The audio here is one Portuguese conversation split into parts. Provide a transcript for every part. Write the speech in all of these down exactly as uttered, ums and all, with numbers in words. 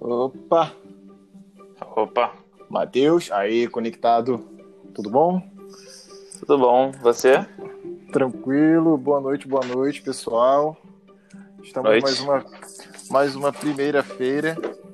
Opa, Opa, Matheus, aí, conectado, tudo bom? tudo bom? Você? Tranquilo, boa noite, boa noite, pessoal. Estamos Noite. mais uma, mais uma primeira-feira.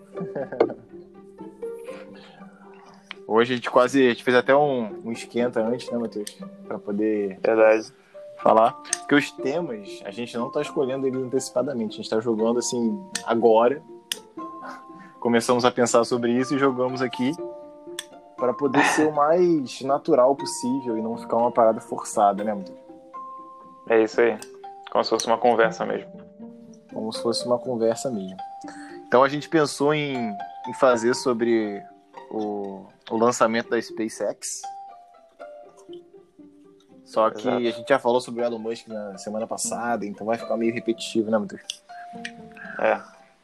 Hoje a gente quase, a gente fez até um, um esquenta antes, né, Matheus? Para poder Verdade. falar. Porque os temas, a gente não está escolhendo eles antecipadamente, a gente está jogando assim, agora. Começamos a pensar sobre isso e jogamos aqui para poder ser o mais natural possível e não ficar uma parada forçada, né, Matheus? É isso aí. Como se fosse uma conversa mesmo. Como se fosse uma conversa mesmo. Então a gente pensou em, em fazer sobre o, o lançamento da SpaceX. Só que Exato. a gente já falou sobre o Elon Musk na semana passada, então vai ficar meio repetitivo, né, Matheus? É.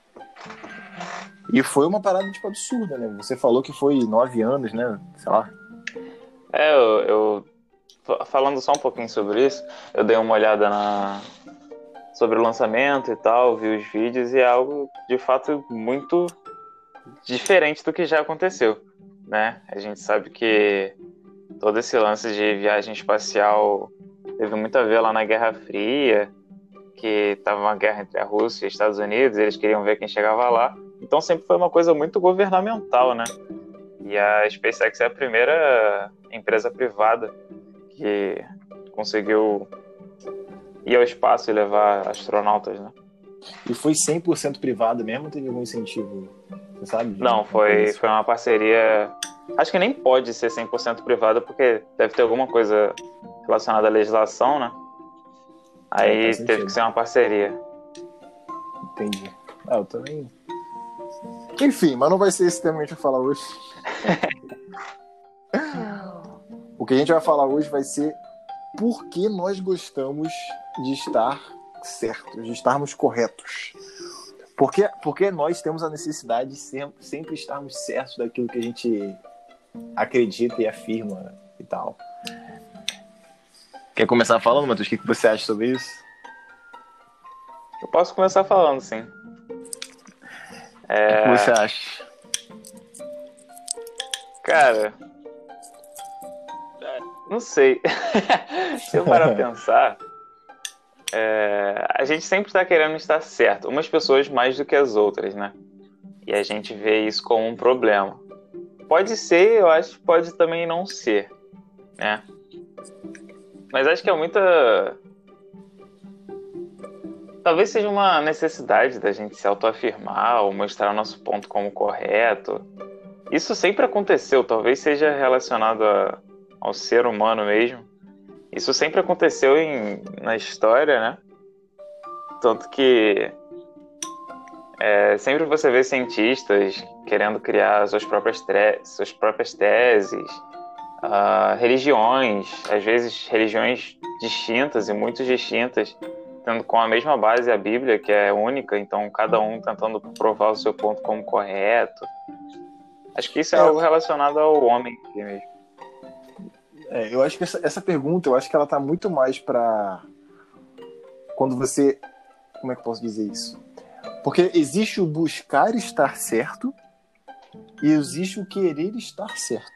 E foi uma parada, tipo, absurda, né? Você falou que foi nove anos, né? Sei lá. É, eu, eu falando só um pouquinho sobre isso, eu dei uma olhada na sobre o lançamento e tal, vi os vídeos e é algo de fato muito diferente do que já aconteceu, né? A gente sabe que todo esse lance de viagem espacial teve muito a ver lá na Guerra Fria, que estava uma guerra entre a Rússia e os Estados Unidos, eles queriam ver quem chegava lá. Então sempre foi uma coisa muito governamental, né? E a SpaceX é a primeira empresa privada que conseguiu ir ao espaço e levar astronautas, né? E foi cem por cento privado mesmo ou teve algum incentivo? Você sabe? Não, foi, foi uma parceria... Acho que nem pode ser cem por cento privada, porque deve ter alguma coisa relacionada à legislação, né? Aí É, teve que ser uma parceria. Entendi. Ah, eu também... Enfim, mas não vai ser esse tema que a gente vai falar hoje. O que a gente vai falar hoje vai ser por que nós gostamos de estar certos, de estarmos corretos. Porque, porque nós temos a necessidade de sempre, sempre estarmos certos daquilo que a gente acredita e afirma e tal. Quer começar falando, Matheus? O que você acha sobre isso? Eu posso começar falando, sim. É... O que você acha? Cara, não sei. Se eu parar pra pensar, é... a gente sempre está querendo estar certo. Umas pessoas mais do que as outras, né? E a gente vê isso como um problema. Pode ser, eu acho que pode também não ser, né? Mas acho que é muita... Talvez seja uma necessidade da gente se autoafirmar ou mostrar o nosso ponto como correto. Isso sempre aconteceu, talvez seja relacionado a, ao ser humano mesmo. Isso sempre aconteceu em, na história, né? Tanto que é, sempre você vê cientistas querendo criar suas próprias, tre- suas próprias teses, uh, religiões, às vezes religiões distintas e muito distintas, tendo com a mesma base a Bíblia, que é única, então cada um tentando provar o seu ponto como correto. Acho que isso é, é algo relacionado ao homem aqui mesmo. É, eu acho que essa, essa pergunta, eu acho que ela tá muito mais pra quando você... Como é que eu posso dizer isso? Porque existe o buscar estar certo e existe o querer estar certo.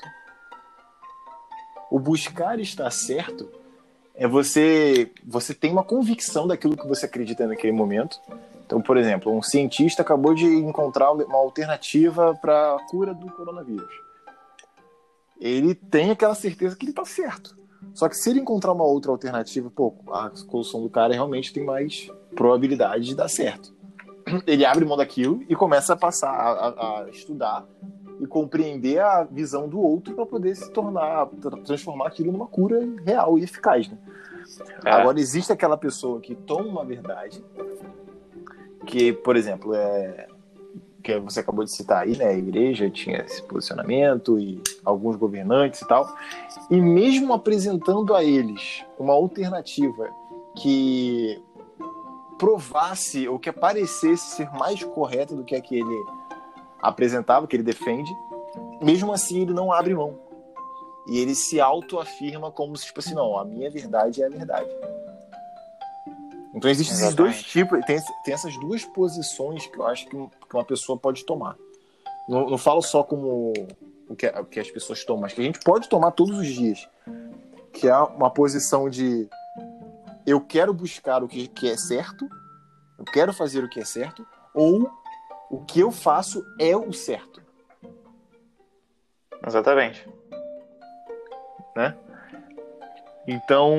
O buscar estar certo é você... Você tem uma convicção daquilo que você acredita naquele momento. Então, por exemplo, um cientista acabou de encontrar uma alternativa para a cura do coronavírus. Ele tem aquela certeza que ele está certo. Só que se ele encontrar uma outra alternativa, pô, a solução do cara realmente tem mais probabilidade de dar certo. Ele abre mão daquilo e começa a passar a, a, a estudar e compreender a visão do outro para poder se tornar, transformar aquilo numa cura real e eficaz, né? É. Agora, existe aquela pessoa que toma uma verdade que, por exemplo, é... que você acabou de citar aí, né? A igreja tinha esse posicionamento e alguns governantes e tal. E mesmo apresentando a eles uma alternativa que provasse ou que parecesse ser mais correta do que a que ele apresentava, que ele defende, mesmo assim ele não abre mão. E ele se autoafirma como se, tipo assim, não, a minha verdade é a verdade. Então existem esses dois tipos, tem, tem essas duas posições que eu acho que uma pessoa pode tomar. Não, não falo só como o que, o que as pessoas tomam, mas que a gente pode tomar todos os dias. Que é uma posição de eu quero buscar o que, que é certo, eu quero fazer o que é certo, ou o que eu faço é o certo. Exatamente. Né? Então...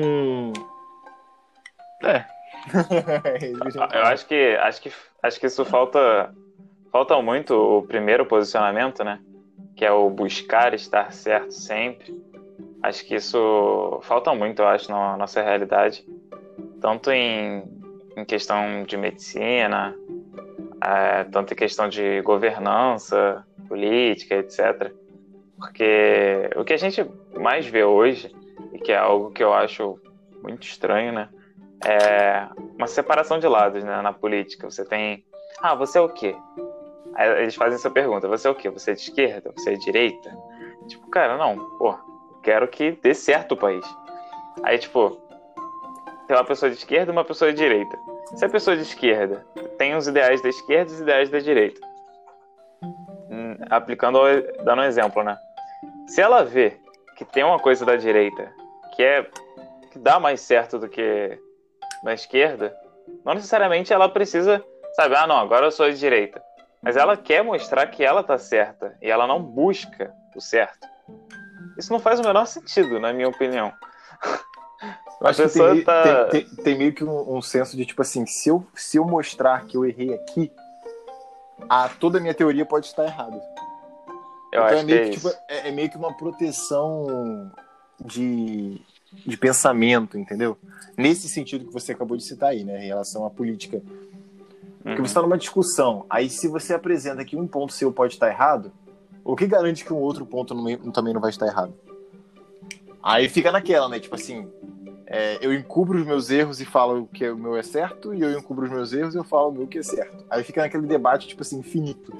É. Eu acho que, acho que, acho que isso falta, falta muito o primeiro posicionamento, né? Que é o buscar estar certo sempre. Acho que isso falta muito, eu acho, na nossa realidade. Tanto em, em questão de medicina, é, tanto em questão de governança, política, etcétera. Porque o que a gente mais vê hoje, e que é algo que eu acho muito estranho, né? É uma separação de lados, né, na política. Você tem... Ah, você é o quê? Aí eles fazem essa pergunta. Você é o quê? Você é de esquerda? Você é de direita? Tipo, cara, não. Pô, quero que dê certo o país. Aí, tipo, tem uma pessoa de esquerda e uma pessoa de direita. Se a pessoa de esquerda tem os ideais da esquerda e os ideais da direita. Hum, aplicando, dando um exemplo, né? Se ela vê que tem uma coisa da direita que é que dá mais certo do que da esquerda, não necessariamente ela precisa, sabe, ah, não, agora eu sou de direita. Mas ela quer mostrar que ela tá certa e ela não busca o certo. Isso não faz o menor sentido, na minha opinião. Eu acho que tem, tá... tem, tem, tem meio que um, um senso de, tipo assim, se eu, se eu mostrar que eu errei aqui, a, toda a minha teoria pode estar errada. Eu então acho é meio que, que, é, tipo, é, é meio que uma proteção de, de pensamento, entendeu? Nesse sentido que você acabou de citar aí, né? Em relação à política. Porque uhum. Você está numa discussão. Aí se você apresenta que um ponto seu pode estar errado, o que garante que um outro ponto não, também não vai estar errado? Aí fica naquela, né? Tipo assim, é, eu encubro os meus erros e falo que o meu é certo, e eu encubro os meus erros e eu falo o meu que é certo. Aí fica naquele debate, tipo assim, infinito.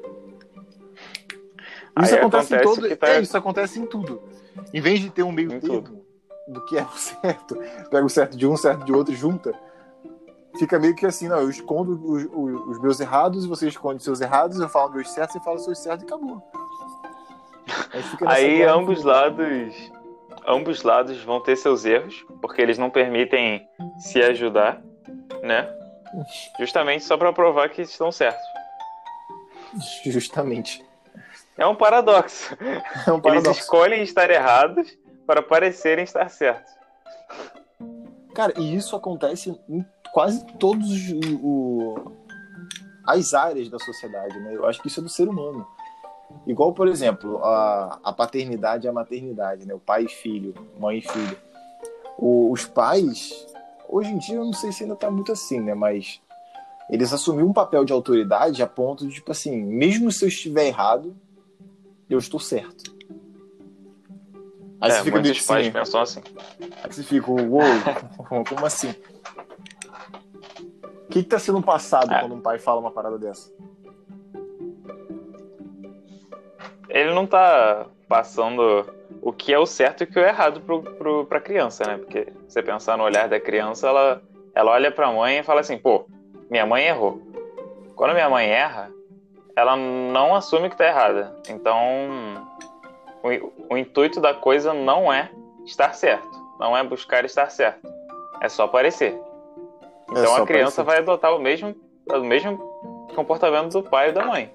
Isso acontece, acontece em todo... Tá... É, isso acontece em tudo. Em vez de ter um meio em termo tudo. Do que é o certo, pega o certo de um, o certo de outro e junta, fica meio que assim, não, eu escondo os, os, os meus errados, você esconde os seus errados, eu falo meus certos, você fala os seus certos e acabou. Aí, fica Aí ambos lados, ambos lados vão ter seus erros, porque eles não permitem se ajudar, né? Justamente só para provar que estão certos. Justamente. É um paradoxo. É um paradoxo. Eles escolhem estar errados para parecerem estar certos. Cara, e isso acontece em quase todas as áreas da sociedade, né? Eu acho que isso é do ser humano. Igual, por exemplo, a, a paternidade e a maternidade, né? O pai e filho, mãe e filho. O, os pais, hoje em dia, eu não sei se ainda tá muito assim, né? Mas eles assumiram um papel de autoridade a ponto de, tipo assim, mesmo se eu estiver errado, eu estou certo. Aí é, você fica muitos pais assim, pensam assim. Aí você fica, uou, como assim? O que está sendo passado é. quando um pai fala uma parada dessa? Ele não tá passando o que é o certo e o que é o errado pro, pro, pra criança, né? Porque você pensar no olhar da criança, ela, ela olha pra mãe e fala assim, pô, minha mãe errou. Quando minha mãe erra, ela não assume que tá errada. Então, o, o intuito da coisa não é estar certo. Não é buscar estar certo. É só parecer. Então, é só a criança parecer. vai adotar o mesmo, o mesmo comportamento do pai e da mãe.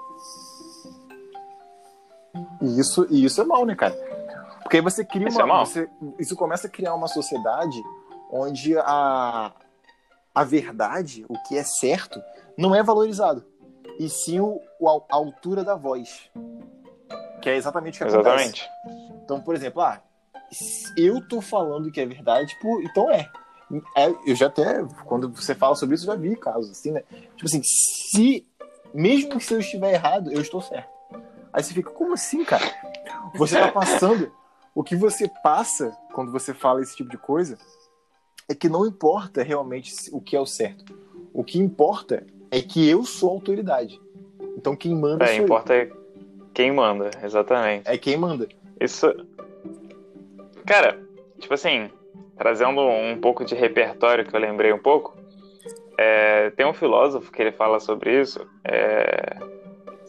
E isso, e isso é mal, né, cara? Porque aí você cria isso uma... É mal. Você, isso começa a criar uma sociedade onde a, a verdade, o que é certo, não é valorizado. E sim o, a altura da voz. Que é exatamente o que exatamente. acontece. Então, por exemplo, ah, eu tô falando que é verdade, pô, então é. é. Eu já até, quando você fala sobre isso, eu já vi casos assim, né? Tipo assim, se, mesmo que se eu estiver errado, eu estou certo. Aí você fica, como assim, cara? Você tá passando... O que você passa quando você fala esse tipo de coisa é que não importa realmente o que é o certo. O que importa é que eu sou a autoridade. Então quem manda é, sou importa eu. É quem manda, exatamente. É quem manda. Isso... Cara, tipo assim, trazendo um pouco de repertório que eu lembrei um pouco, é, tem um filósofo que ele fala sobre isso, é...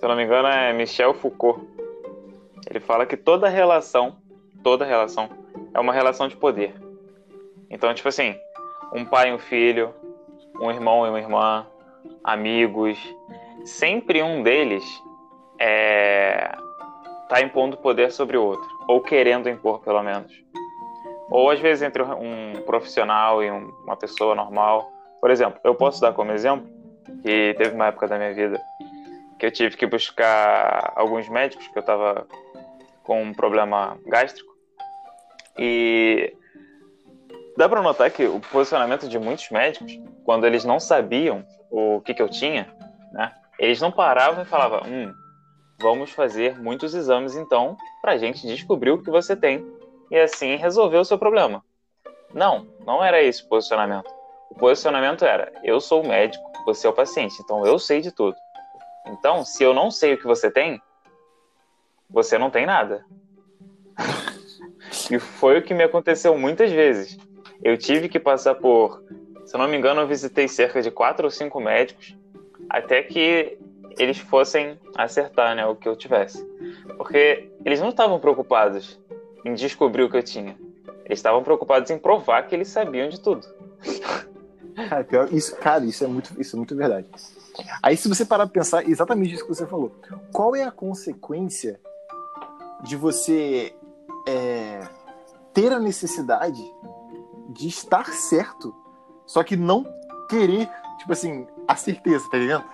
Se eu não me engano, é Michel Foucault. Ele fala que toda relação, toda relação, é uma relação de poder. Então, tipo assim, um pai e um filho, um irmão e uma irmã, amigos, sempre um deles é, tá impondo poder sobre o outro, ou querendo impor, pelo menos. Ou, às vezes, entre um profissional e um, uma pessoa normal. Por exemplo, eu posso dar como exemplo que teve uma época da minha vida que eu tive que buscar alguns médicos, que eu estava com um problema gástrico. E dá para notar que o posicionamento de muitos médicos, quando eles não sabiam o que, que eu tinha, né, eles não paravam e falavam, hum, vamos fazer muitos exames então para a gente descobrir o que você tem e assim resolver o seu problema. Não, não era esse o posicionamento. O posicionamento era, eu sou o médico, você é o paciente, então eu sei de tudo. Então, se eu não sei o que você tem, você não tem nada. E foi o que me aconteceu muitas vezes. Eu tive que passar por, se eu não me engano, eu visitei cerca de quatro ou cinco médicos até que eles fossem acertar, né, o que eu tivesse. Porque eles não estavam preocupados em descobrir o que eu tinha. Eles estavam preocupados em provar que eles sabiam de tudo. Cara, pior, isso, cara, isso é muito, isso é muito verdade. Aí, se você parar pra pensar, exatamente isso que você falou. Qual é a consequência de você é, ter a necessidade de estar certo, só que não querer, tipo assim, a certeza, tá ligado?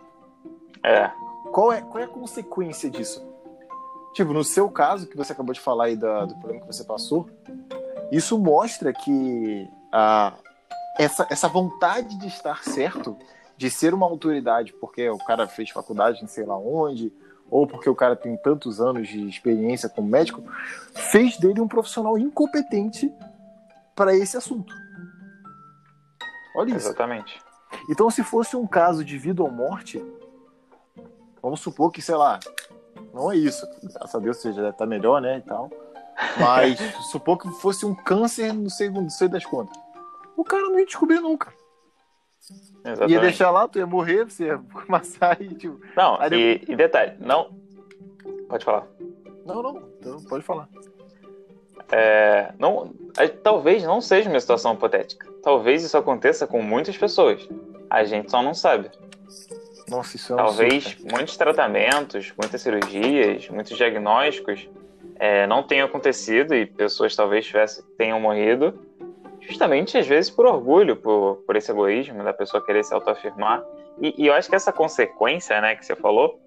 É. Qual é, qual é a consequência disso? Tipo, no seu caso, que você acabou de falar aí da, do problema que você passou, isso mostra que a, essa, essa vontade de estar certo, de ser uma autoridade, porque o cara fez faculdade em sei lá onde, ou porque o cara tem tantos anos de experiência como médico, fez dele um profissional incompetente para esse assunto. Olha isso. Exatamente. Então, se fosse um caso de vida ou morte, vamos supor que, sei lá, não é isso. Graças a Deus você já deve estar melhor, né, e tal. Mas supor que fosse um câncer, não sei, não sei das contas. O cara não ia descobrir nunca. Exatamente. Ia deixar lá, tu ia morrer, você ia começar e tipo... Não, aí e, depois... e detalhe, não... Pode falar. Não, não, então pode falar. É, não, talvez não seja uma situação hipotética. Talvez isso aconteça com muitas pessoas. A gente só não sabe. Nossa, isso é um Talvez absurdo, muitos tratamentos, muitas cirurgias, muitos diagnósticos é, não tenham acontecido e pessoas talvez tivessem, tenham morrido justamente, às vezes, por orgulho, por, por esse egoísmo da pessoa querer se autoafirmar. E, e eu acho que essa consequência, né, que você falou,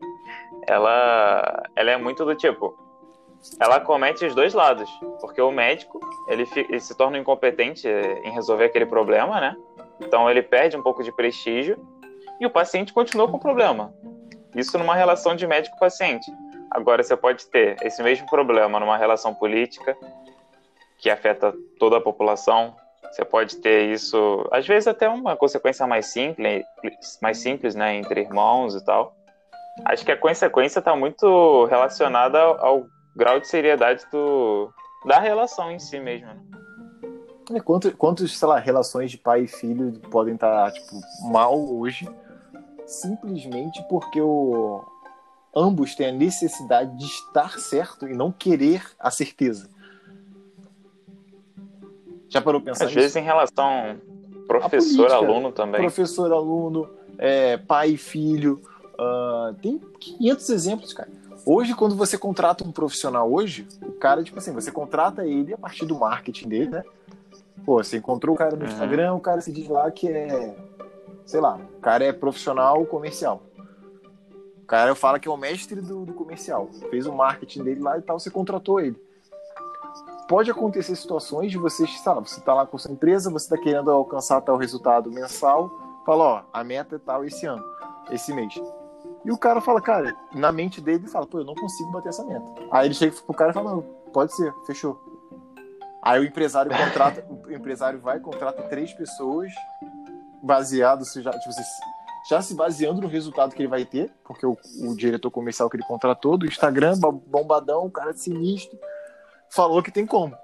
ela, ela é muito do tipo... Ela comete os dois lados, porque o médico ele, ele se torna incompetente em resolver aquele problema, né? Então ele perde um pouco de prestígio e o paciente continua com o problema. Isso numa relação de médico-paciente. Agora você pode ter esse mesmo problema numa relação política que afeta toda a população. Você pode ter isso, às vezes até uma consequência mais simples, mais simples, né, entre irmãos e tal. Acho que a consequência está muito relacionada ao grau de seriedade do, da relação em si mesmo. Né? Quantos, quantos, sei lá, relações de pai e filho podem estar, tipo, mal hoje, simplesmente porque o, ambos têm a necessidade de estar certo e não querer a certeza. Já parou pra pensar Às nisso? vezes em relação professor-aluno também. Professor-aluno, é, pai e filho. Uh, tem quinhentos exemplos, cara. Hoje, quando você contrata um profissional hoje, o cara, tipo assim, você contrata ele a partir do marketing dele, né? Pô, você encontrou o cara no Instagram, uhum. O cara se diz lá que é, sei lá, o cara é profissional comercial. O cara fala que é o mestre do, do comercial. Fez o marketing dele lá e tal, você contratou ele. Pode acontecer situações de você, sei lá, você tá lá com a sua empresa, você tá querendo alcançar tal resultado mensal, fala, ó, a meta é tal esse ano, esse mês. E o cara fala, cara, na mente dele, ele fala, pô, eu não consigo bater essa meta. Aí ele chega pro cara e fala, não, pode ser, fechou. Aí o empresário contrata, o empresário vai, contrata três pessoas, baseado, já, tipo, já se baseando no resultado que ele vai ter, porque o, o diretor comercial que ele contratou, do Instagram, bombadão, o cara sinistro, falou que tem como.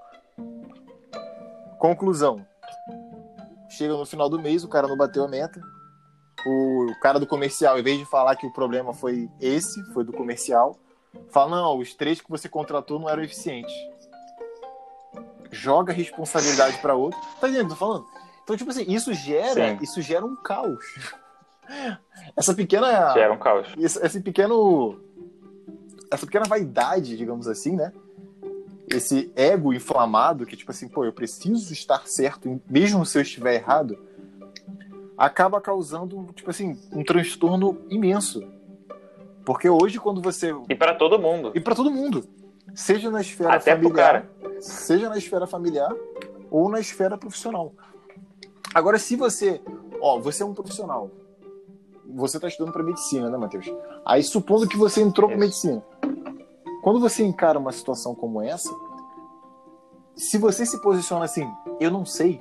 Conclusão. Chega no final do mês, o cara não bateu a meta, o cara do comercial, em vez de falar que o problema foi esse, foi do comercial, fala, não, os três que você contratou não eram eficientes. Joga a responsabilidade para outro. Tá entendendo o que eu tô falando? Então, tipo assim, isso gera, Sim. isso gera um caos. Essa pequena... Gera um caos. Esse, esse pequeno... Essa pequena vaidade, digamos assim, né? Esse ego inflamado, que tipo assim, pô, eu preciso estar certo, mesmo se eu estiver errado, acaba causando, tipo assim, um transtorno imenso. Porque hoje, quando você... E para todo mundo. E para todo mundo. Seja na esfera Até pro familiar, cara. seja na esfera familiar ou na esfera profissional. Agora, se você... Ó, você é um profissional. Você tá estudando para medicina, né, Matheus? Aí, supondo que você entrou para medicina. Quando você encara uma situação como essa, se você se posiciona assim, eu não sei,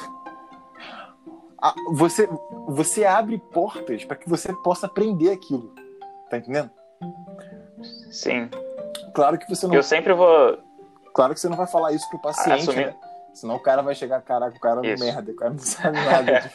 você, você abre portas para que você possa aprender aquilo. Tá entendendo? Sim. Claro que você não... Eu sempre vou... Claro que você não vai falar isso pro paciente, assumir... né? Senão o cara vai chegar, caraca, o cara é um merda, o cara não sabe nada.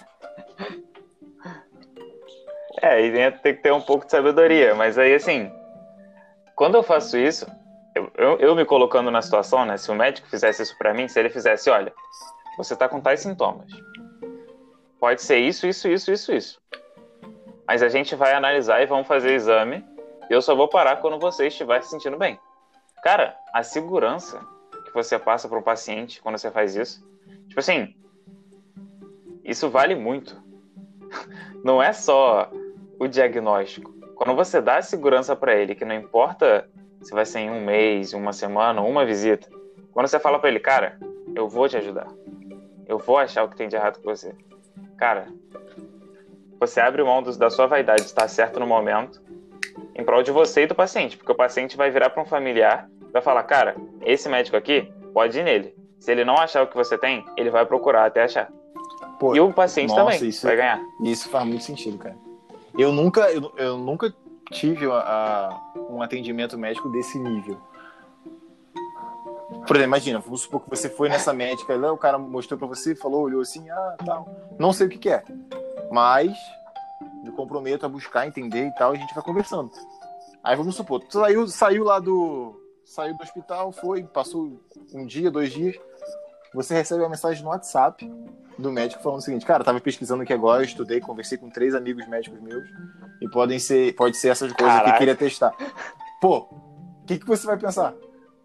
É, e tem que ter um pouco de sabedoria. Mas aí, assim, quando eu faço isso, eu, eu, eu me colocando na situação, né? Se o médico fizesse isso pra mim, se ele fizesse, olha, você tá com tais sintomas. Pode ser isso, isso, isso, isso, isso. Mas a gente vai analisar e vamos fazer exame. Eu só vou parar quando você estiver se sentindo bem. Cara, a segurança que você passa para o paciente quando você faz isso, tipo assim, isso vale muito. Não é só o diagnóstico. Quando você dá a segurança para ele, que não importa se vai ser em um mês, uma semana, uma visita, quando você fala para ele, cara, eu vou te ajudar. Eu vou achar o que tem de errado com você. Cara, você abre mão da sua vaidade de estar certo no momento em prol de você e do paciente, porque o paciente vai virar para um familiar e vai falar, cara, esse médico aqui, pode ir nele. Se ele não achar o que você tem, ele vai procurar até achar. Pô, e o paciente nossa, também isso, vai ganhar. Isso faz muito sentido, cara. Eu nunca, eu, eu nunca tive a, a, um atendimento médico desse nível. Por exemplo, imagina, vamos supor que você foi nessa médica, lá, o cara mostrou pra você, falou, olhou assim, ah, tal. Não sei o que que é, mas me comprometo a buscar, entender e tal, e a gente vai conversando. Aí vamos supor, tu saiu, saiu lá do... Saiu do hospital, foi, passou um dia, dois dias, você recebe uma mensagem no WhatsApp do médico falando o seguinte, cara, eu tava pesquisando aqui agora, eu estudei, conversei com três amigos médicos meus, e podem ser, pode ser essas coisas Caraca. que eu queria testar. Pô, o que, que você vai pensar?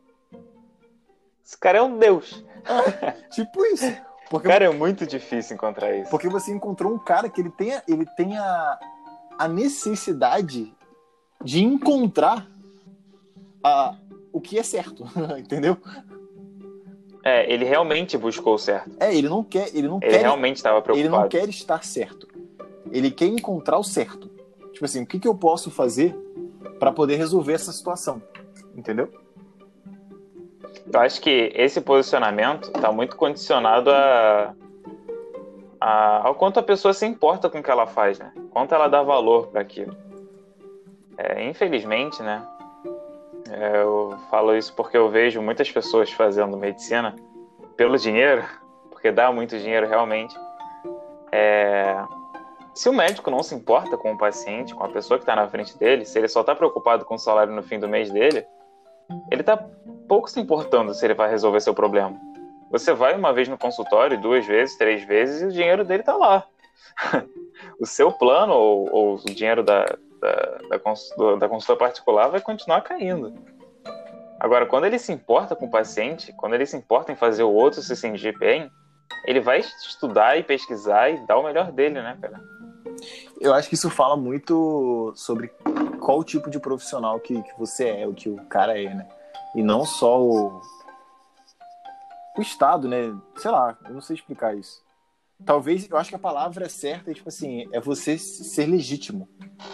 Esse cara é um deus. É, tipo isso. Porque, cara, é muito difícil encontrar isso. Porque você encontrou um cara que ele tem, ele tem a, a necessidade de encontrar a, o que é certo, entendeu? É, ele realmente buscou o certo. É, ele não quer... Ele, não ele quer, realmente estava preocupado. Ele não quer estar certo. Ele quer encontrar o certo. Tipo assim, o que, que eu posso fazer para poder resolver essa situação? Entendeu? Eu acho que esse posicionamento está muito condicionado a, a, ao quanto a pessoa se importa com o que ela faz, né? Quanto ela dá valor para aquilo. É, infelizmente, né? É, eu falo isso porque eu vejo muitas pessoas fazendo medicina pelo dinheiro, porque dá muito dinheiro realmente. É, se o médico não se importa com o paciente, com a pessoa que está na frente dele, se ele só está preocupado com o salário no fim do mês dele, ele está pouco se importando se ele vai resolver seu problema. Você vai uma vez no consultório, duas vezes, três vezes, e o dinheiro dele está lá. O seu plano ou, ou o dinheiro da, da, da, consulta, da consulta particular vai continuar caindo. Agora, quando ele se importa com o paciente, quando ele se importa em fazer o outro se sentir bem, ele vai estudar e pesquisar e dar o melhor dele, né, cara? Eu acho que isso fala muito sobre qual tipo de profissional que, que você é, o que o cara é, né? E não só o, o estado, né? Sei lá, eu não sei explicar isso. Talvez, eu acho que a palavra certa é, tipo assim, é você ser legítimo.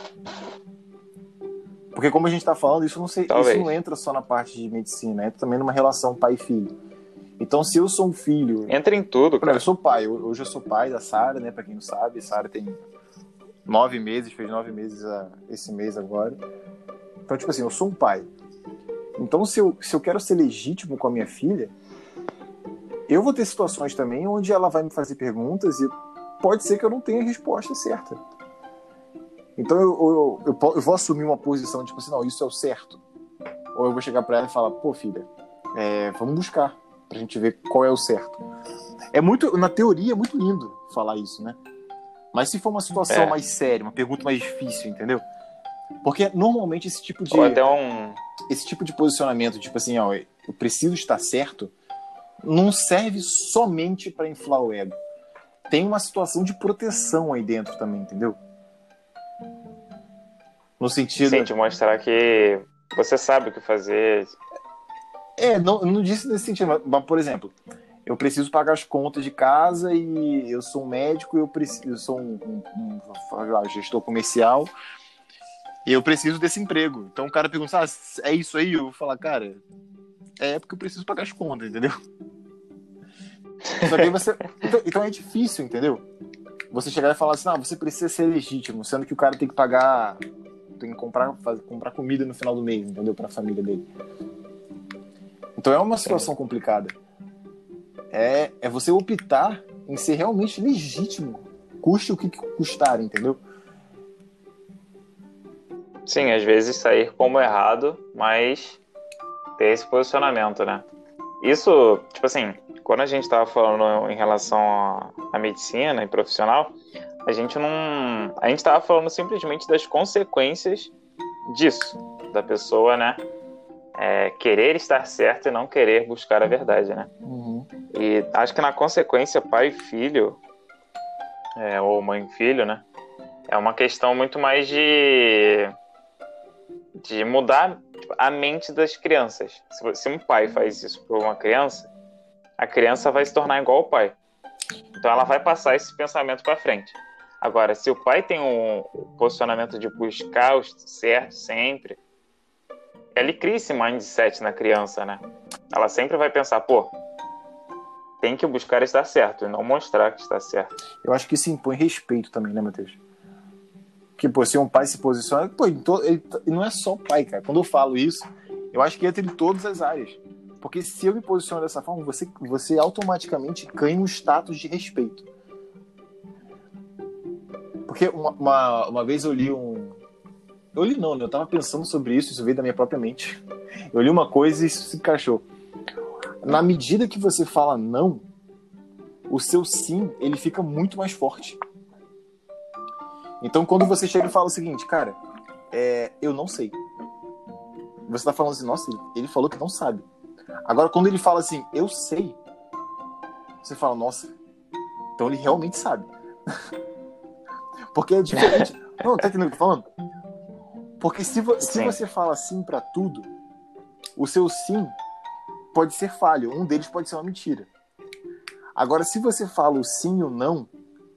Porque como a gente tá falando, isso não, sei, isso não entra só na parte de medicina, entra também numa relação pai e filho. Então, se eu sou um filho... Entra em tudo, cara. Eu sou pai, hoje eu sou pai da Sara, né? Pra quem não sabe, a Sara tem nove meses, fez nove meses a, esse mês agora. Então, tipo assim, eu sou um pai. Então, se eu, se eu quero ser legítimo com a minha filha, eu vou ter situações também onde ela vai me fazer perguntas e pode ser que eu não tenha a resposta certa. Então eu, eu, eu, eu vou assumir uma posição, tipo assim, não, isso é o certo. Ou eu vou chegar pra ela e falar, pô, filha, é, vamos buscar pra gente ver qual é o certo. É muito, na teoria é muito lindo falar isso, né? Mas se for uma situação É. mais séria, uma pergunta mais difícil, entendeu? Porque normalmente esse tipo de Ou até um... esse tipo de posicionamento, tipo assim, ó, eu preciso estar certo, não serve somente pra inflar o ego. Tem uma situação de proteção aí dentro também, entendeu? No sentido... Sim, de mostrar que você sabe o que fazer. É, não, não disse nesse sentido, mas, mas, por exemplo, eu preciso pagar as contas de casa e eu sou um médico, eu, preciso, eu sou um, um, um, um gestor comercial e eu preciso desse emprego. Então o cara pergunta, ah, é isso aí? Eu vou falar, cara, é porque eu preciso pagar as contas, entendeu? Só que aí você... Então, então é difícil, entendeu? Você chegar e falar assim, ah, você precisa ser legítimo, sendo que o cara tem que pagar, tem que comprar, fazer, comprar comida no final do mês, entendeu? Pra família dele. Então é uma situação complicada. É, é você optar em ser realmente legítimo, custe o que custar, entendeu? Sim, às vezes sair como errado, mas ter esse posicionamento, né? Isso, tipo assim, quando a gente tava falando em relação à, à medicina e profissional, a gente não... A gente tava falando simplesmente das consequências disso, da pessoa, né? É, querer estar certo e não querer buscar a verdade, né? Uhum. E acho que na consequência, pai e filho, é, ou mãe e filho, né? É uma questão muito mais de, de mudar a mente das crianças. Se, se um pai faz isso por uma criança, a criança vai se tornar igual ao pai. Então ela vai passar esse pensamento para frente. Agora, se o pai tem um posicionamento de buscar o certo sempre, ele cria esse mindset na criança, né? Ela sempre vai pensar, pô, tem que buscar estar certo e não mostrar que está certo. Eu acho que isso impõe respeito também, né, Matheus? Porque, pô, se um pai se posiciona... Pô, ele, ele não é só pai, cara. Quando eu falo isso, eu acho que entra em todas as áreas. Porque se eu me posiciono dessa forma, você, você automaticamente ganha um status de respeito. Porque uma, uma, uma vez eu li um... Eu li não, né? Eu tava pensando sobre isso, isso veio da minha própria mente. Eu li uma coisa e isso se encaixou. Na medida que você fala não, o seu sim, ele fica muito mais forte. Então, quando você chega e fala o seguinte, cara, é, eu não sei. Você tá falando assim, nossa, ele falou que não sabe. Agora, quando ele fala assim, eu sei, você fala, nossa, então ele realmente sabe. Porque é diferente. Não, tá entendendo o que eu tô falando? Porque se, vo- se você fala sim pra tudo, o seu sim pode ser falho. Um deles pode ser uma mentira. Agora, se você fala o sim e o não,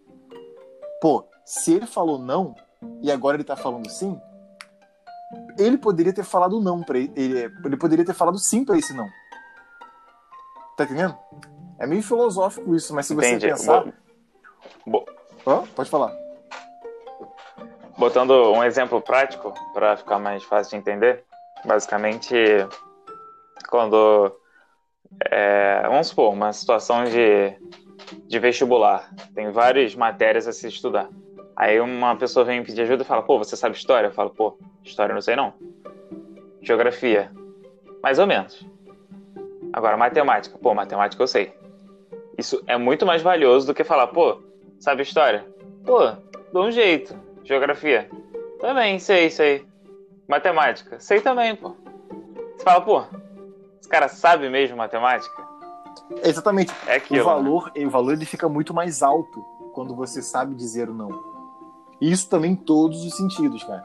pô, se ele falou não e agora ele tá falando sim, ele poderia ter falado não pra ele. Ele, ele poderia ter falado sim pra esse não. Tá entendendo? É meio filosófico isso, mas se você Entendi. pensar... Bo... Bo... Oh, pode falar. Botando um exemplo prático para ficar mais fácil de entender, basicamente, quando é, vamos supor, uma situação de, de vestibular, tem várias matérias a se estudar. Aí uma pessoa vem me pedir ajuda e fala, pô, você sabe história? Eu falo, pô, história eu não sei não. Geografia, mais ou menos. Agora, matemática, pô, matemática eu sei. Isso é muito mais valioso do que falar, pô, sabe história? Pô, dá um jeito. Geografia, também, sei, sei. Matemática, sei também, pô. Você fala, pô, esse cara sabe mesmo matemática? Exatamente. É aquilo, o valor, né? o valor ele fica muito mais alto quando você sabe dizer o não. E isso também em todos os sentidos, cara.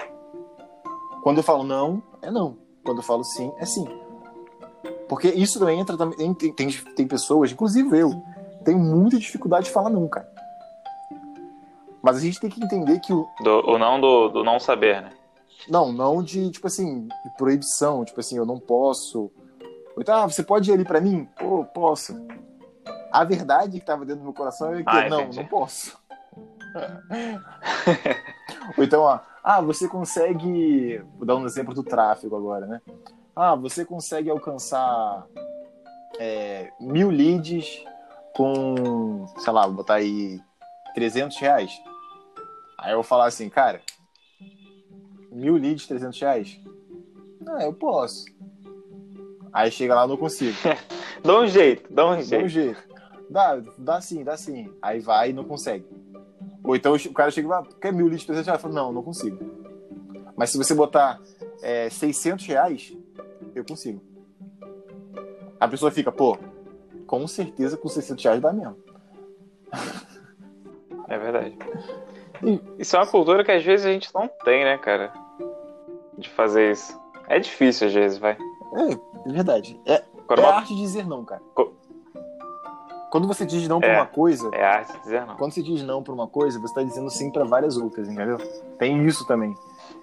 Quando eu falo não, é não. Quando eu falo sim, é sim. Porque isso também entra também. Tem, tem, tem pessoas, inclusive eu, tem muita dificuldade de falar não, cara. Mas a gente tem que entender que o. Do, o não do, do não saber, né? Não, não de, tipo assim, de proibição. Tipo assim, eu não posso. Então, ah, você pode ir ali pra mim? Pô, posso. A verdade que tava dentro do meu coração é que Ah, não, entendi. não posso. Ou então, ó, ah, você consegue. Vou dar um exemplo do tráfego agora, né? Ah, você consegue alcançar é, mil leads com, sei lá, vou botar aí trezentos reais. Aí eu vou falar assim, cara, mil leads, trezentos reais? Ah, eu posso. Aí chega lá, eu não consigo. Dá um jeito, dá um Dá jeito. um jeito. Dá, dá sim, dá sim. Aí vai e não consegue. Ou então o cara chega e fala, quer mil leads, trezentos reais? Eu falo, não, não consigo. Mas se você botar é, seiscentos reais, eu consigo. A pessoa fica, pô, com certeza com seiscentos reais dá mesmo. É verdade. Isso é uma cultura que às vezes a gente não tem, né, cara? De fazer isso. É difícil às vezes, vai. É, é verdade. É, Quando é uma- a arte de dizer não, cara. Co- Quando você diz não pra É. uma coisa, É arte de dizer não. quando você diz não pra uma coisa, você tá dizendo sim pra várias outras, entendeu? Tem isso também.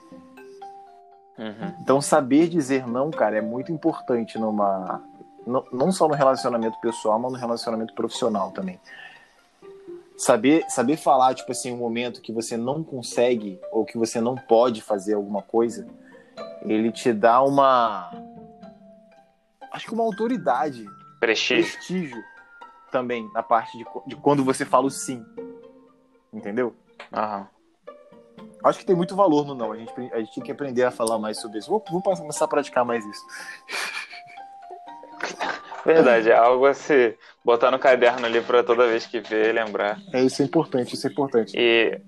Uhum. Então, saber dizer não, cara, é muito importante numa... Não, não só no relacionamento pessoal, mas no relacionamento profissional também. Saber, saber falar, tipo assim, um momento que você não consegue ou que você não pode fazer alguma coisa, ele te dá uma... Acho que uma autoridade, Prestígio. prestígio também na parte de, de quando você fala o sim. Entendeu? Aham. Acho que tem muito valor no não. A gente, a gente tem que aprender a falar mais sobre isso. Vou, vou começar a praticar mais isso. Verdade, é algo a se botar no caderno ali pra toda vez que ver, lembrar. É, isso é importante, isso é importante. E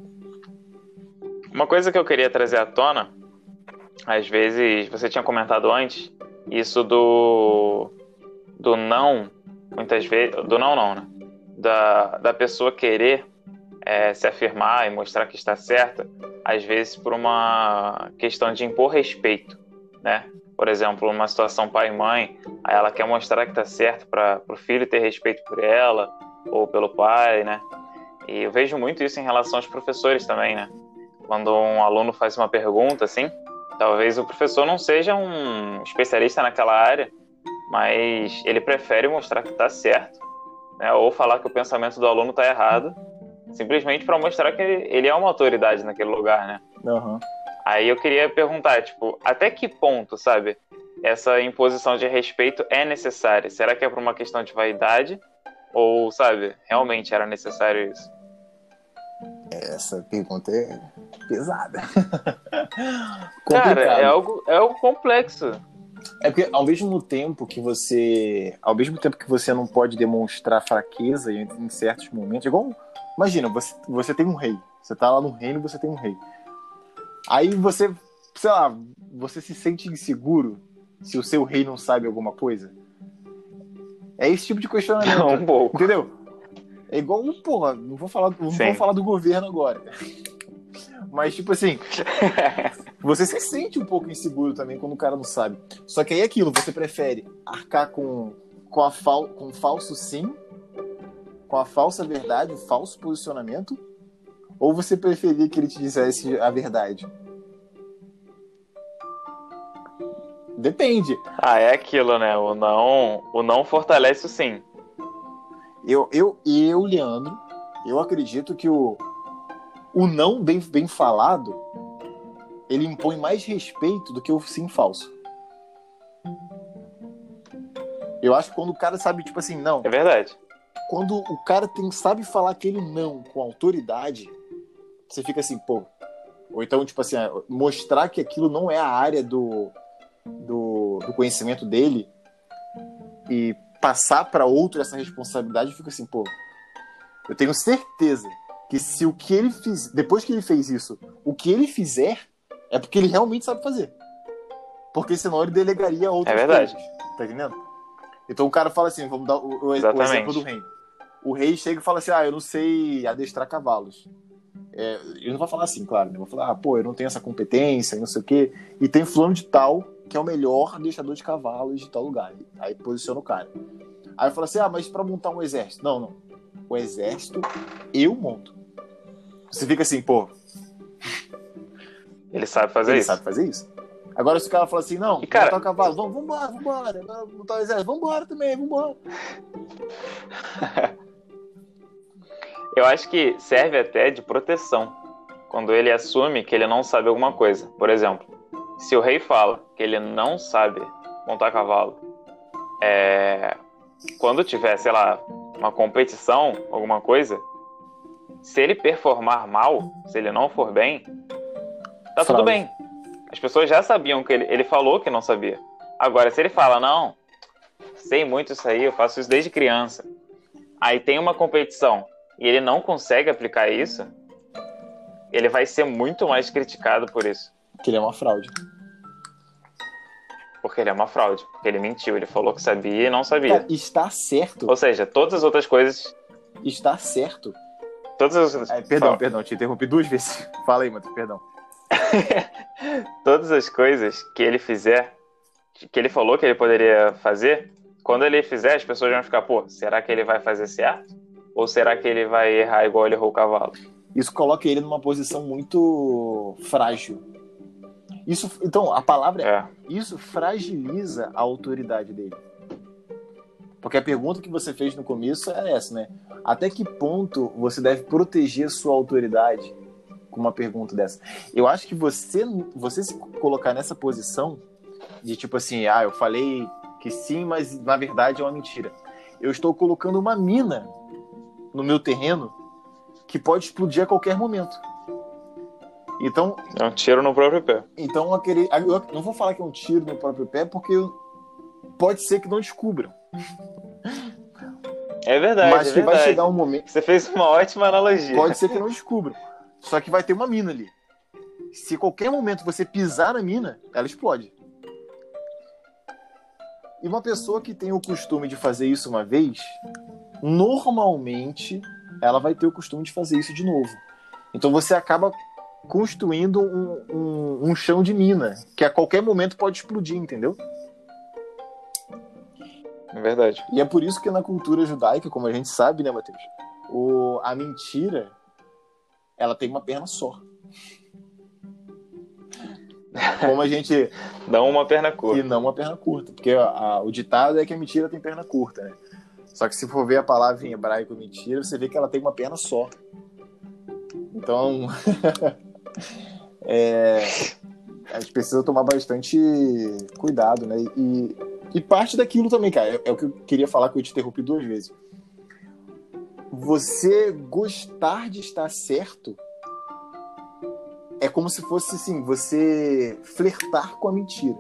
uma coisa que eu queria trazer à tona, às vezes, você tinha comentado antes, isso do do não, muitas vezes, do não não, né? Da, da pessoa querer é, se afirmar e mostrar que está certa, às vezes por uma questão de impor respeito, né? Por exemplo, uma situação pai e mãe, aí ela quer mostrar que está certo para o filho ter respeito por ela ou pelo pai, né? E eu vejo muito isso em relação aos professores também, né? Quando um aluno faz uma pergunta, assim, talvez o professor não seja um especialista naquela área, mas ele prefere mostrar que está certo, né? Ou falar que o pensamento do aluno está errado, simplesmente para mostrar que ele é uma autoridade naquele lugar, né? Uhum. Aí eu queria perguntar, tipo, até que ponto, sabe, essa imposição de respeito é necessária? Será que é por uma questão de vaidade? Ou, sabe, realmente era necessário isso? Essa pergunta é pesada. Cara, é Complicado. algo, é algo complexo. É porque ao mesmo tempo que você, ao mesmo tempo que você não pode demonstrar fraqueza em, em certos momentos, igual, imagina, você, você tem um rei, você tá lá no reino, você tem um rei. Aí você, sei lá, você se sente inseguro se o seu rei não sabe alguma coisa. É esse tipo de questionamento, Um pouco. entendeu? É igual, porra, não vou falar, não vou falar do governo agora. Mas, tipo assim, você se sente um pouco inseguro também quando o cara não sabe. Só que aí é aquilo, você prefere arcar com, com, a fal, com o falso sim, com a falsa verdade, o falso posicionamento, ou você preferia que ele te dissesse a verdade? Depende. Ah, é aquilo, né? O não, o não fortalece o sim. Eu, eu, eu Leandro, eu acredito que o, o não bem, bem falado, ele impõe mais respeito do que o sim falso. Eu acho que quando o cara sabe, tipo assim, não. É verdade. Quando o cara tem, sabe falar aquele não com autoridade, você fica assim, pô. Ou então, tipo assim, mostrar que aquilo não é a área do, do, do conhecimento dele e passar para outro essa responsabilidade, fica assim, pô. Eu tenho certeza que se o que ele fiz, depois que ele fez isso, o que ele fizer é porque ele realmente sabe fazer. Porque senão ele delegaria a outras É verdade. coisas. Tá entendendo? Então o cara fala assim, vamos dar o, o, o exemplo do rei. O rei chega e fala assim, ah, eu não sei adestrar cavalos. É, ele não vai falar assim, claro, né? Vai falar, ah, pô, eu não tenho essa competência, não sei o quê. E tem fulano de tal, que é o melhor adestrador de cavalos de tal lugar. Aí posiciona o cara. Aí fala assim, ah, mas pra montar um exército? Não, não. O exército eu monto. Você fica assim, pô. Ele sabe fazer ele isso. Ele sabe fazer isso. Agora se o cara fala assim, não, e, cara... montar o cavalo, vamos, vambora, vambora. Agora montar o exército, vambora também, vambora. Eu acho que serve até de proteção. Quando ele assume que ele não sabe alguma coisa. Por exemplo, se o rei fala que ele não sabe montar cavalo, é... quando tiver, sei lá, uma competição, alguma coisa, se ele performar mal, se ele não for bem, tá tudo bem. As pessoas já sabiam que ele, ele falou que não sabia. Agora, se ele fala, não, sei muito isso aí, eu faço isso desde criança. Aí tem uma competição e ele não consegue aplicar isso, ele vai ser muito mais criticado por isso. Que ele é uma fraude. Porque ele é uma fraude. Porque ele mentiu, ele falou que sabia e não sabia. Cara, está certo. Ou seja, todas as outras coisas... Está certo. Todas as outras... É, perdão, Fala. perdão, te interrompi duas vezes. Fala aí, Matheus, perdão. Todas as coisas que ele fizer, que ele falou que ele poderia fazer, quando ele fizer, as pessoas vão ficar, pô, será que ele vai fazer certo? Ou será que ele vai errar igual ele errou o cavalo? Isso coloca ele numa posição muito frágil. Isso, então, a palavra é, É. isso fragiliza a autoridade dele. Porque a pergunta que você fez no começo é essa, né? Até que ponto você deve proteger a sua autoridade com uma pergunta dessa? Eu acho que você, você se colocar nessa posição de tipo assim, ah, eu falei que sim, mas na verdade é uma mentira. Eu estou colocando uma mina no meu terreno que pode explodir a qualquer momento. Então, É um tiro no próprio pé. então eu, querer, eu não vou falar que é um tiro no próprio pé, porque pode ser que não descubram. É verdade, Mas é que vai verdade. chegar um momento. Você fez uma ótima analogia. Pode ser que não descubram. Só que vai ter uma mina ali. Se qualquer momento você pisar na mina, ela explode. E uma pessoa que tem o costume de fazer isso uma vez, normalmente ela vai ter o costume de fazer isso de novo. Então você acaba construindo um, um, um chão de mina, que a qualquer momento pode explodir, entendeu? É verdade. E é por isso que na cultura judaica, como a gente sabe, né, Matheus? O, a mentira, ela tem uma perna só. Como a gente... Dá uma perna curta. E não uma perna curta. Porque a, a, o ditado é que a mentira tem perna curta, né? Só que se for ver a palavra em hebraico mentira, você vê que ela tem uma perna só. Então... é, a gente precisa tomar bastante cuidado, né? E, e parte daquilo também, cara, é, é o que eu queria falar, que eu te interrompi duas vezes. Você gostar de estar certo é como se fosse, assim, você flertar com a mentira.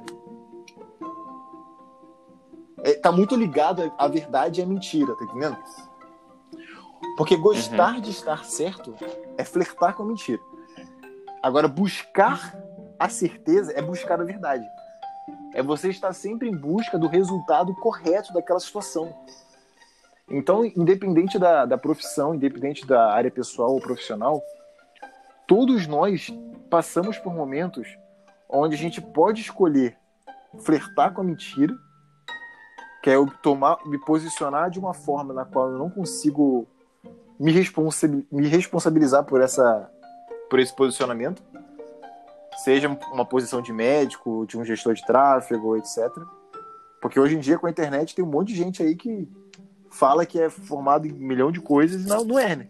É, tá muito ligado à verdade e à mentira, tá entendendo? Porque gostar uhum. de estar certo é flertar com a mentira. Agora, buscar a certeza é buscar a verdade. É você estar sempre em busca do resultado correto daquela situação. Então, independente da, da profissão, independente da área pessoal ou profissional, todos nós passamos por momentos onde a gente pode escolher flertar com a mentira, que é eu tomar, me posicionar de uma forma na qual eu não consigo me, responsa- me responsabilizar por, essa, por esse posicionamento, seja uma posição de médico, de um gestor de tráfego, etcétera. Porque hoje em dia, com a internet, tem um monte de gente aí que fala que é formado em um milhão de coisas e não, não é, né?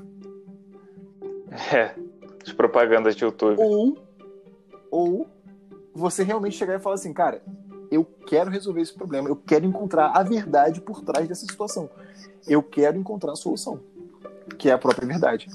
É, as propagandas de YouTube. Ou, ou você realmente chegar e falar assim, cara, eu quero resolver esse problema, eu quero encontrar a verdade por trás dessa situação. Eu quero encontrar a solução, que é a própria verdade.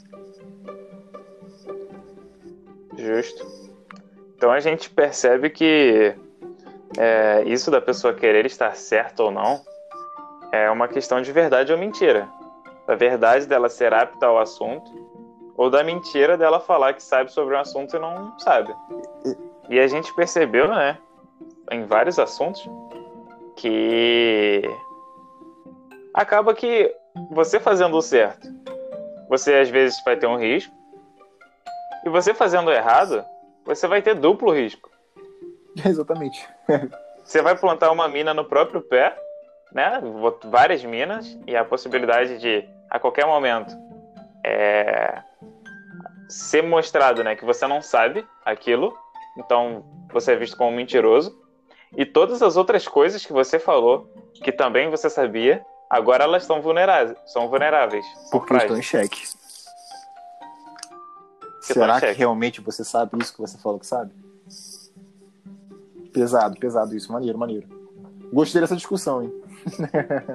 Justo. Então a gente percebe que é, isso da pessoa querer estar certa ou não é uma questão de verdade ou mentira. Da verdade dela ser apta ao assunto, ou da mentira dela falar que sabe sobre um assunto e não sabe. E a gente percebeu, né, em vários assuntos, que acaba que você fazendo o certo, você às vezes vai ter um risco, e você fazendo o errado, você vai ter duplo risco. Exatamente. Você vai plantar uma mina no próprio pé, né? Várias minas, e a possibilidade de, a qualquer momento, é, ser mostrado, né, que você não sabe aquilo, então você é visto como mentiroso. E todas as outras coisas que você falou, que também você sabia, agora elas estão vulneráveis. São vulneráveis. Porque estão em xeque. Você Será tá em que xeque. realmente você sabe isso que você falou que sabe? Pesado, pesado isso. Maneiro, maneiro. Gostei dessa discussão, hein?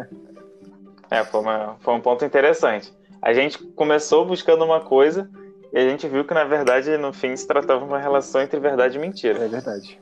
É, foi, uma, foi um ponto interessante. A gente começou buscando uma coisa E a gente viu que, na verdade, no fim, se tratava de uma relação entre verdade e mentira. É verdade.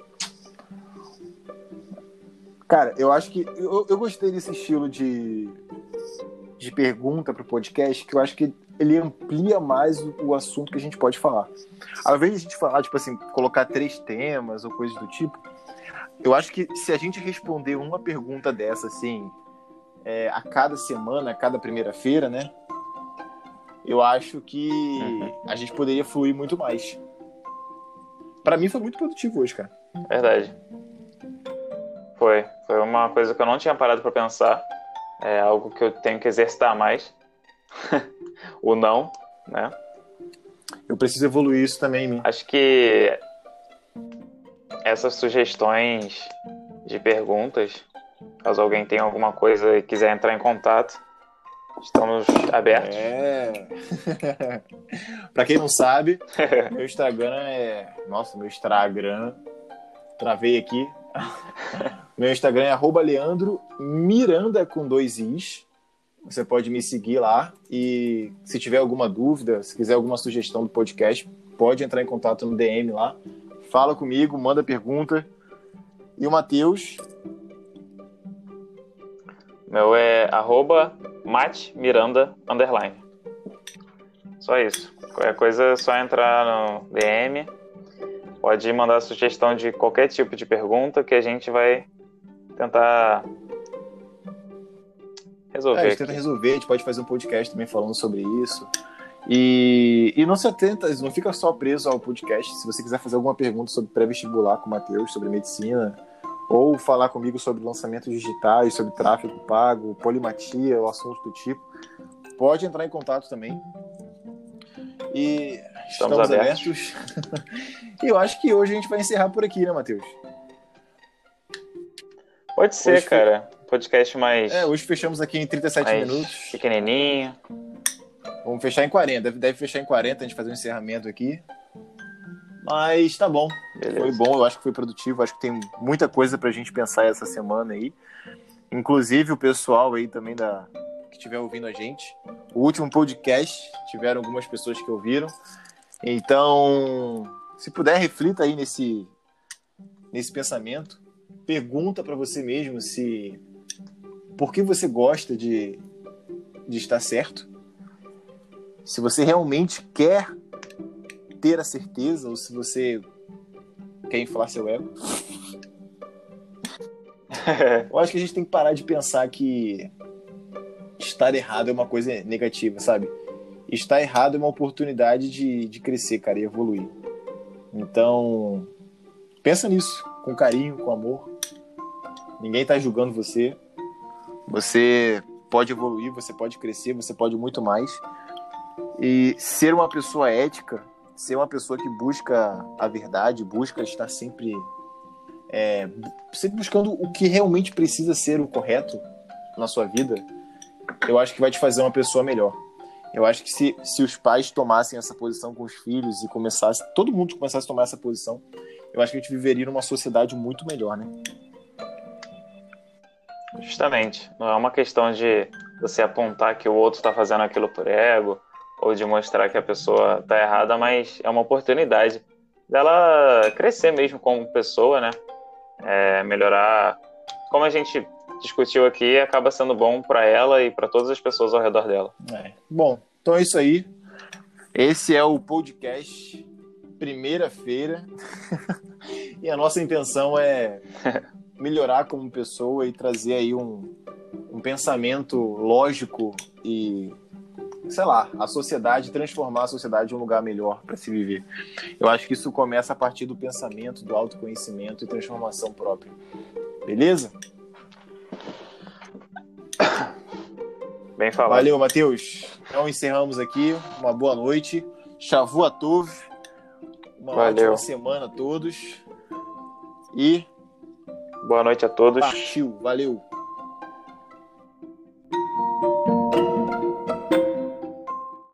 Cara, eu acho que... Eu, eu gostei desse estilo de, de pergunta pro podcast, que eu acho que ele amplia mais o, o assunto que a gente pode falar. Ao invés de a gente falar, tipo assim, colocar três temas ou coisas do tipo, eu acho que se a gente responder uma pergunta dessa, assim, é, a cada semana, a cada primeira-feira, né? Eu acho que uhum. a gente poderia fluir muito mais. Pra mim foi muito produtivo hoje, cara. Verdade. Foi. Foi uma coisa que eu não tinha parado pra pensar. É algo que eu tenho que exercitar mais. O não, né? Eu preciso evoluir isso também em mim. Acho que essas sugestões de perguntas, caso alguém tenha alguma coisa e quiser entrar em contato, estamos abertos. É. Pra quem não sabe, meu Instagram é... Nossa, meu Instagram... Travei aqui. Meu Instagram é arroba Leandro Miranda com dois Is. Você pode me seguir lá e se tiver alguma dúvida, se quiser alguma sugestão do podcast, pode entrar em contato no D M lá. Fala comigo, manda pergunta. E o Matheus? Meu é arroba matmiranda underline. Só isso. Qualquer coisa é só entrar no D M. Pode mandar sugestão de qualquer tipo de pergunta que a gente vai tentar resolver. É, a gente tenta resolver, a gente pode fazer um podcast também falando sobre isso. E, e não se atenta, não fica só preso ao podcast. Se você quiser fazer alguma pergunta sobre pré-vestibular com o Matheus, sobre medicina, ou falar comigo sobre lançamentos digitais, sobre tráfego pago, polimatia, ou assuntos do tipo, pode entrar em contato também. E estamos, estamos abertos. abertos. E eu acho que hoje a gente vai encerrar por aqui, né, Matheus? Pode ser, hoje cara. Foi... Podcast mais... É, hoje fechamos aqui em trinta e sete mais minutos. Pequenininho. Vamos fechar em quarenta. Deve, deve fechar em quarenta, a gente fazer um encerramento aqui. Mas tá bom. Beleza. Foi bom, eu acho que foi produtivo. Acho que tem muita coisa pra gente pensar essa semana aí. Inclusive o pessoal aí também da... que estiver ouvindo a gente. O último podcast, tiveram algumas pessoas que ouviram. Então, se puder, reflita aí nesse, nesse pensamento. Pergunta pra você mesmo se... por que você gosta de, de estar certo? Se você realmente quer ter a certeza ou se você quer inflar seu ego. Eu acho que a gente tem que parar de pensar que estar errado é uma coisa negativa, sabe? Estar errado é uma oportunidade de, de crescer, cara, e evoluir. Então, pensa nisso, com carinho, com amor. Ninguém tá julgando você. Você pode evoluir, você pode crescer, você pode muito mais. E ser uma pessoa ética, ser uma pessoa que busca a verdade, busca estar sempre, é, sempre buscando o que realmente precisa ser o correto na sua vida, eu acho que vai te fazer uma pessoa melhor. Eu acho que se, se os pais tomassem essa posição com os filhos e começasse, todo mundo começasse a tomar essa posição, eu acho que a gente viveria numa sociedade muito melhor, né? Justamente. Não é uma questão de você apontar que o outro está fazendo aquilo por ego ou de mostrar que a pessoa está errada, mas é uma oportunidade dela crescer mesmo como pessoa, né? É, melhorar. Como a gente discutiu aqui, acaba sendo bom para ela e para todas as pessoas ao redor dela. É. Bom, então é isso aí. Esse é o podcast primeira-feira. E a nossa intenção é melhorar como pessoa e trazer aí um, um pensamento lógico e, sei lá, a sociedade, transformar a sociedade em um lugar melhor para se viver. Eu acho que isso começa a partir do pensamento, do autoconhecimento e transformação própria. Beleza? Bem falado. Valeu, Matheus. Então encerramos aqui. Uma boa noite. Shavu Tov. Uma Valeu. ótima semana a todos. E boa noite a todos. Partiu. Valeu.